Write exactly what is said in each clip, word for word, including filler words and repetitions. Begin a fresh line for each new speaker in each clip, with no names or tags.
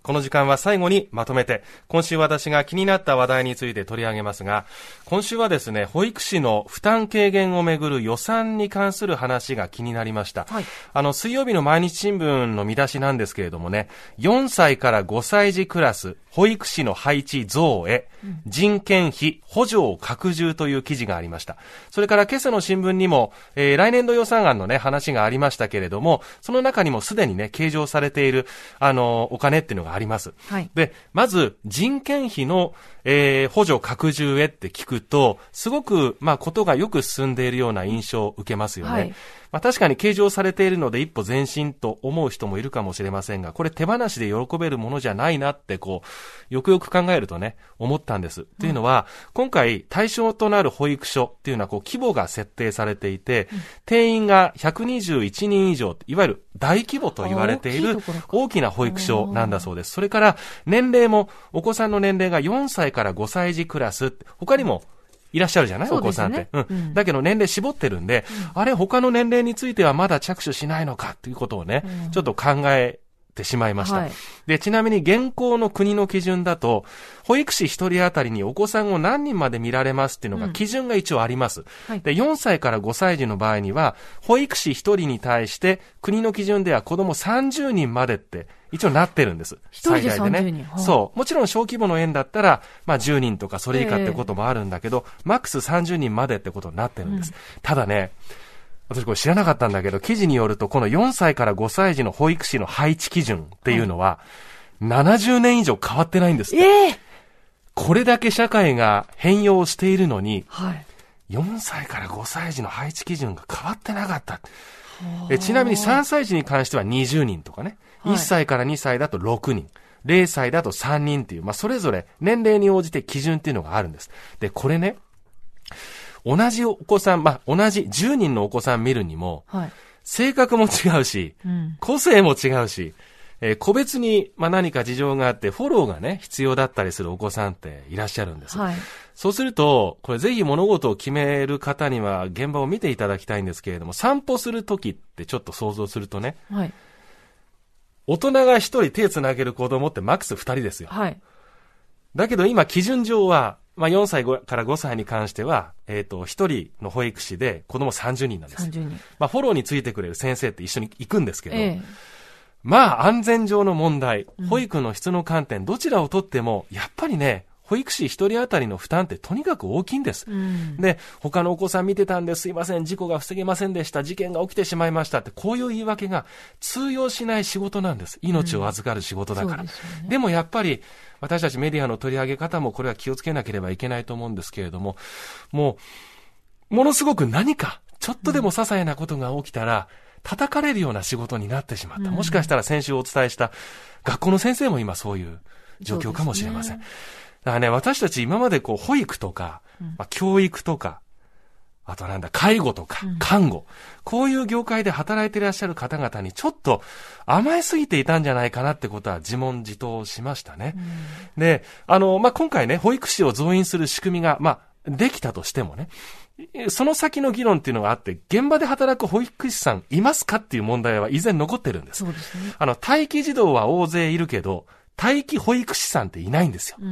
この時間は最後にまとめて、今週私が気になった話題について取り上げますが、今週はですね、保育士の負担軽減をめぐる予算に関する話が気になりました。はい、あの、水曜日の毎日新聞の見出しなんですけれどもね、よんさいからごさい児クラス、保育士の配置増へ、人件費補助を拡充という記事がありました。それから今朝の新聞にも、えー、来年度予算案のね、話がありましたけれども、その中にもすでにね、計上されている、あの、お金っていうのがあります。はい、で、まず、人件費の、えー、補助拡充へって聞くと、すごく、まあ、ことがよく進んでいるような印象を受けますよね。はい、まあ、確かに計上されているので一歩前進と思う人もいるかもしれませんが、これ手放しで喜べるものじゃないなってこうよくよく考えるとね思ったんです。うん、というのは今回対象となる保育所っていうのはこう規模が設定されていて、うん、定員がひゃくにじゅういちにん以上、いわゆる大規模と言われている大きな保育所なんだそうです。それから年齢もお子さんの年齢がよんさいからごさい児クラス、他にもいらっしゃるじゃない、ね、お子さんって、うんうん、だけど年齢絞ってるんで、うん、あれ他の年齢についてはまだ着手しないのかということをね、うん、ちょっと考えてしまいました。はい、で、ちなみに現行の国の基準だと保育士一人当たりにお子さんを何人まで見られますっていうのが基準が一応あります。うんはい、で、よんさいからごさい児の場合には保育士一人に対して国の基準では子供さんじゅうにんまでって一応なってるんです。
一人でさんじゅうにん。
最大でね。そう。もちろん小規模の園だったら、まあじゅうにんとかそれ以下ってこともあるんだけど、えー、マックスさんじゅうにんまでってことになってるんです。うん、ただね、私これ知らなかったんだけど、記事によるとこのよんさいからごさい児の保育士の配置基準っていうのは、ななじゅうねん以上変わってないんですって。えー、これだけ社会が変容しているのに、はい、よんさいからごさい児の配置基準が変わってなかった。えちなみにさんさい児に関してはにじゅうにんとかね、はい、いっさいからにさいだとろくにん、れいさいだとさんにんっていう、まあ、それぞれ年齢に応じて基準っていうのがあるんです。で、これね、同じお子さん、まあ、同じじゅうにんのお子さん見るにも、はい、性格も違うし、うん、個性も違うし、えー、個別に、まあ、何か事情があってフォローがね、必要だったりするお子さんっていらっしゃるんです。はい、そうすると、これぜひ物事を決める方には現場を見ていただきたいんですけれども、散歩するときってちょっと想像するとね、はい、大人が一人手つなげる子供ってマックス二人ですよ。はい、だけど今基準上は、まあ、よんさいからごさいに関しては、えっと、一人の保育士で子供さんじゅうにんなんです。さんじゅうにん。まあ、フォローについてくれる先生って一緒に行くんですけど、ええ、まあ、安全上の問題、保育の質の観点、どちらをとっても、やっぱりね、保育士一人当たりの負担ってとにかく大きいんです。うん、で、他のお子さん見てたんですいません、事故が防げませんでした、事件が起きてしまいましたって、こういう言い訳が通用しない仕事なんです。命を預かる仕事だから。うん で, ね、でもやっぱり、私たちメディアの取り上げ方もこれは気をつけなければいけないと思うんですけれども、もう、ものすごく何か、ちょっとでも些細なことが起きたら、叩かれるような仕事になってしまった。もしかしたら先週お伝えした学校の先生も今そういう状況かもしれません。だからね、私たち今までこう保育とか、まあ、教育とか、あとなんだ、介護とか、看護、うん、こういう業界で働いていらっしゃる方々にちょっと甘えすぎていたんじゃないかなってことは自問自答しましたね。うん、で、あの、まあ、今回ね、保育士を増員する仕組みが、まあ、できたとしてもね、その先の議論っていうのがあって、現場で働く保育士さんいますかっていう問題は依然残ってるんです。そうですね。あの、待機児童は大勢いるけど、待機保育士さんっていないんですよ。うん、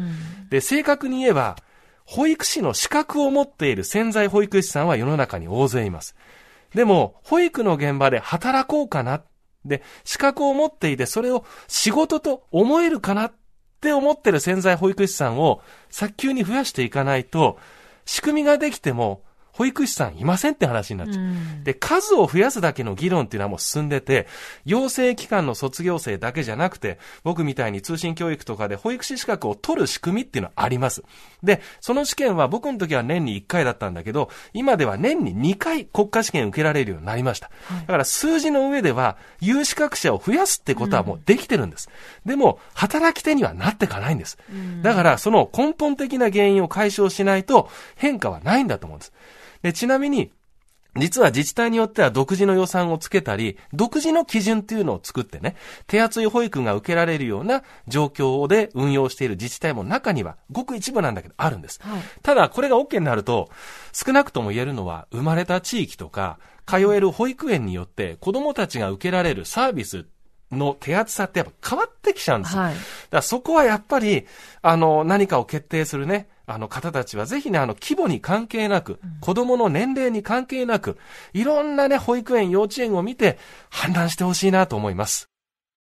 で、正確に言えば、保育士の資格を持っている潜在保育士さんは世の中に大勢います。でも、保育の現場で働こうかな。で、資格を持っていて、それを仕事と思えるかなって思ってる潜在保育士さんを早急に増やしていかないと、仕組みができても、保育士さんいませんって話になっちゃう。うん、で、数を増やすだけの議論っていうのはもう進んでて、養成機関の卒業生だけじゃなくて、僕みたいに通信教育とかで保育士資格を取る仕組みっていうのはあります。で、その試験は僕の時は年にいっかいだったんだけど、今では年ににかい国家試験受けられるようになりました。はい、だから数字の上では、有資格者を増やすってことはもうできてるんです。うん、でも、働き手にはなっていかないんです。うん、だから、その根本的な原因を解消しないと変化はないんだと思うんです。で、ちなみに、実は自治体によっては独自の予算をつけたり、独自の基準っていうのを作ってね、手厚い保育が受けられるような状況で運用している自治体も中にはごく一部なんだけどあるんです。はい、ただ、これが OK になると、少なくとも言えるのは、生まれた地域とか、通える保育園によって子どもたちが受けられるサービスの手厚さってやっぱ変わってきちゃうんですよ。はい、 からそこはやっぱり、あの、何かを決定するね、あの方たちはぜひね、あの、規模に関係なく、子供の年齢に関係なく、いろんなね、保育園、幼稚園を見て判断してほしいなと思います。